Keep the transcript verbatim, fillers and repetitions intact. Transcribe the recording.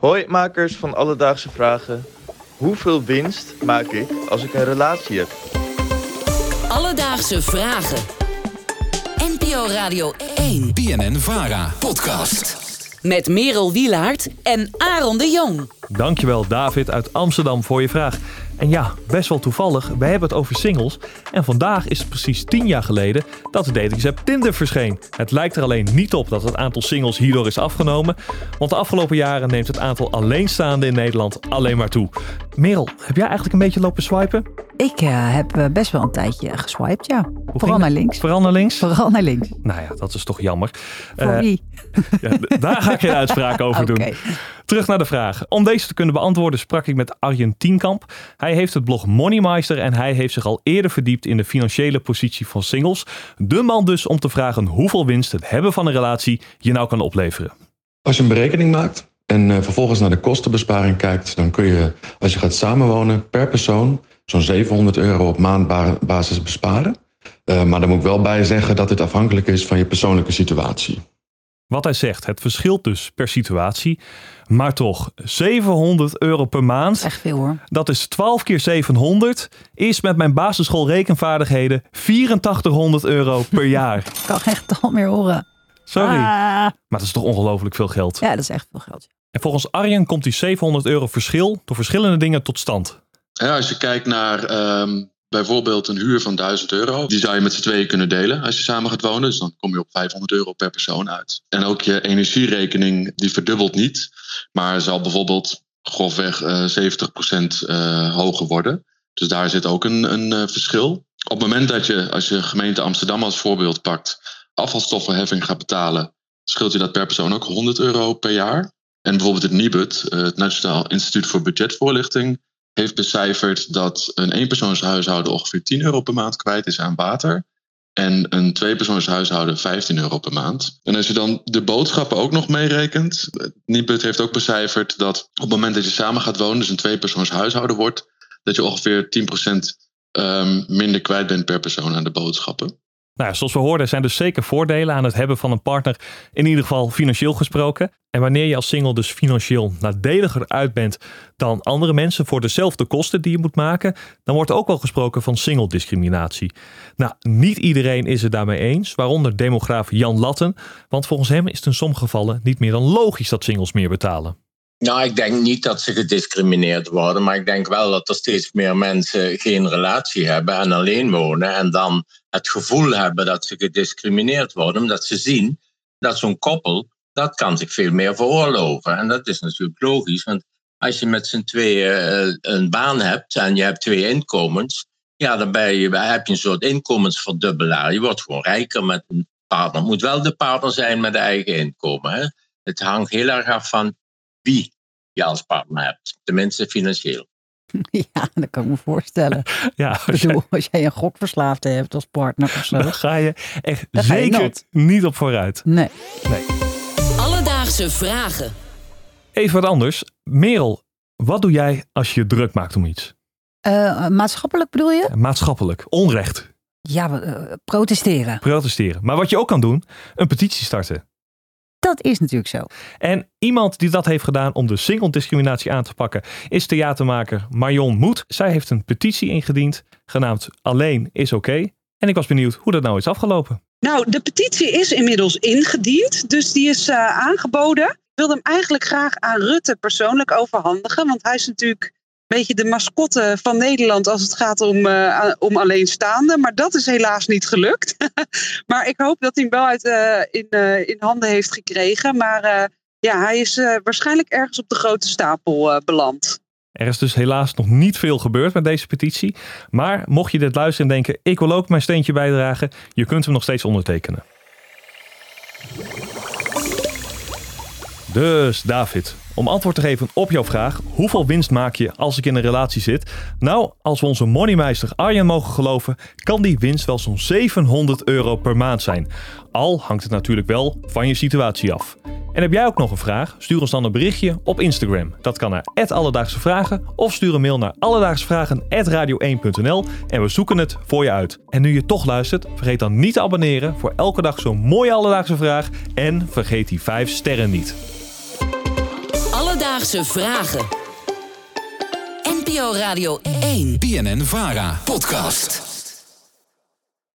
Hoi makers van Alledaagse Vragen. Hoeveel winst maak ik als ik een relatie heb? Alledaagse Vragen. N P O Radio één. B N N-Vara podcast. Met Merel Wielaert en Aaron de Jong. Dankjewel David uit Amsterdam voor je vraag. En ja, best wel toevallig, we hebben het over singles. En vandaag is het precies tien jaar geleden dat de datingsapp Tinder verscheen. Het lijkt er alleen niet op dat het aantal singles hierdoor is afgenomen. Want de afgelopen jaren neemt het aantal alleenstaanden in Nederland alleen maar toe. Merel, heb jij eigenlijk een beetje lopen swipen? Ik uh, heb uh, best wel een tijdje geswiped, ja. Hoe Vooral naar links. Vooral naar links? Vooral naar links. Nou ja, dat is toch jammer. Voor uh, wie? Ja, d- daar ga ik geen uitspraak over okay. doen. Terug naar de vraag. Om deze te kunnen beantwoorden sprak ik met Arjen Tienkamp. Hij heeft het blog Moneymeister en hij heeft zich al eerder verdiept in de financiële positie van singles. De man dus om te vragen hoeveel winst het hebben van een relatie je nou kan opleveren. Als je een berekening maakt en uh, vervolgens naar de kostenbesparing kijkt, dan kun je, als je gaat samenwonen, per persoon zo'n zevenhonderd euro op maandbasis besparen. Uh, maar daar moet ik wel bij zeggen dat het afhankelijk is van je persoonlijke situatie. Wat hij zegt, het verschilt dus per situatie. Maar toch, zevenhonderd euro per maand. Dat is echt veel hoor. Dat is twaalf keer zevenhonderd. Is met mijn basisschool rekenvaardigheden vierentachtighonderd euro per jaar. Ik kan geen getal meer horen. Sorry. Ah. Maar dat is toch ongelooflijk veel geld. Ja, dat is echt veel geld. En volgens Arjen komt die zevenhonderd euro verschil door verschillende dingen tot stand. Ja, als je kijkt naar um, bijvoorbeeld een huur van duizend euro. Die zou je met z'n tweeën kunnen delen als je samen gaat wonen. Dus dan kom je op vijfhonderd euro per persoon uit. En ook je energierekening die verdubbelt niet. Maar zal bijvoorbeeld grofweg uh, zeventig procent uh, hoger worden. Dus daar zit ook een, een uh, verschil. Op het moment dat je, als je gemeente Amsterdam als voorbeeld pakt, afvalstoffenheffing gaat betalen, scheelt je dat per persoon ook honderd euro per jaar. En bijvoorbeeld het N I B U D, uh, het Nationaal Instituut voor Budgetvoorlichting, heeft becijferd dat een eenpersoonshuishouden ongeveer tien euro per maand kwijt is aan water. En een tweepersoonshuishouden vijftien euro per maand. En als je dan de boodschappen ook nog meerekent. Het N I B U D heeft ook becijferd dat op het moment dat je samen gaat wonen, dus een tweepersoonshuishouden wordt, dat je ongeveer tien procent um, minder kwijt bent per persoon aan de boodschappen. Nou, zoals we hoorden zijn dus zeker voordelen aan het hebben van een partner, in ieder geval financieel gesproken. En wanneer je als single dus financieel nadeliger uit bent dan andere mensen voor dezelfde kosten die je moet maken, dan wordt ook wel gesproken van single discriminatie. Nou, niet iedereen is het daarmee eens, waaronder demograaf Jan Latten, want volgens hem is het in sommige gevallen niet meer dan logisch dat singles meer betalen. Nou, ik denk niet dat ze gediscrimineerd worden, maar ik denk wel dat er steeds meer mensen geen relatie hebben en alleen wonen en dan het gevoel hebben dat ze gediscrimineerd worden, omdat ze zien dat zo'n koppel, dat kan zich veel meer veroorloven. En dat is natuurlijk logisch, want als je met z'n tweeën een baan hebt en je hebt twee inkomens, ja, dan ben je, heb je een soort inkomensverdubbelaar. Je wordt gewoon rijker met een partner. Het moet wel de partner zijn met een eigen inkomen. Hè? Het hangt heel erg af van wie je als partner hebt. Tenminste financieel. Ja, dat kan ik me voorstellen. Ja, als, ik bedoel, jij... als jij een gokverslaafde hebt als partner of zo. Dan ga je echt dan zeker je niet op vooruit. Nee. nee. Alledaagse Vragen. Even wat anders. Merel, wat doe jij als je je druk maakt om iets? Uh, maatschappelijk bedoel je? Maatschappelijk. Onrecht. Ja, uh, protesteren. Protesteren. Maar wat je ook kan doen, een petitie starten. Dat is natuurlijk zo. En iemand die dat heeft gedaan om de single-discriminatie aan te pakken is theatermaker Marion Moed. Zij heeft een petitie ingediend, genaamd Alleen is oké. Okay. En ik was benieuwd hoe dat nou is afgelopen. Nou, de petitie is inmiddels ingediend, dus die is uh, aangeboden. Ik wilde hem eigenlijk graag aan Rutte persoonlijk overhandigen, want hij is natuurlijk een beetje de mascotte van Nederland als het gaat om, uh, om alleenstaanden. Maar dat is helaas niet gelukt. Maar ik hoop dat hij hem wel uit, uh, in, uh, in handen heeft gekregen. Maar uh, ja, hij is uh, waarschijnlijk ergens op de grote stapel uh, beland. Er is dus helaas nog niet veel gebeurd met deze petitie. Maar mocht je dit luisteren en denken, ik wil ook mijn steentje bijdragen, je kunt hem nog steeds ondertekenen. Dus David, om antwoord te geven op jouw vraag, hoeveel winst maak je als ik in een relatie zit? Nou, als we onze moneymeister Arjen mogen geloven, kan die winst wel zo'n zevenhonderd euro per maand zijn. Al hangt het natuurlijk wel van je situatie af. En heb jij ook nog een vraag? Stuur ons dan een berichtje op Instagram. Dat kan naar at Alledaagse Vragen of stuur een mail naar alledaagsvragen at radio één punt n l en we zoeken het voor je uit. En nu je toch luistert, vergeet dan niet te abonneren voor elke dag zo'n mooie alledaagse vraag en vergeet die vijf sterren niet. Alledaagse Alledaagse Vragen. N P O Radio één. B N N Vara podcast.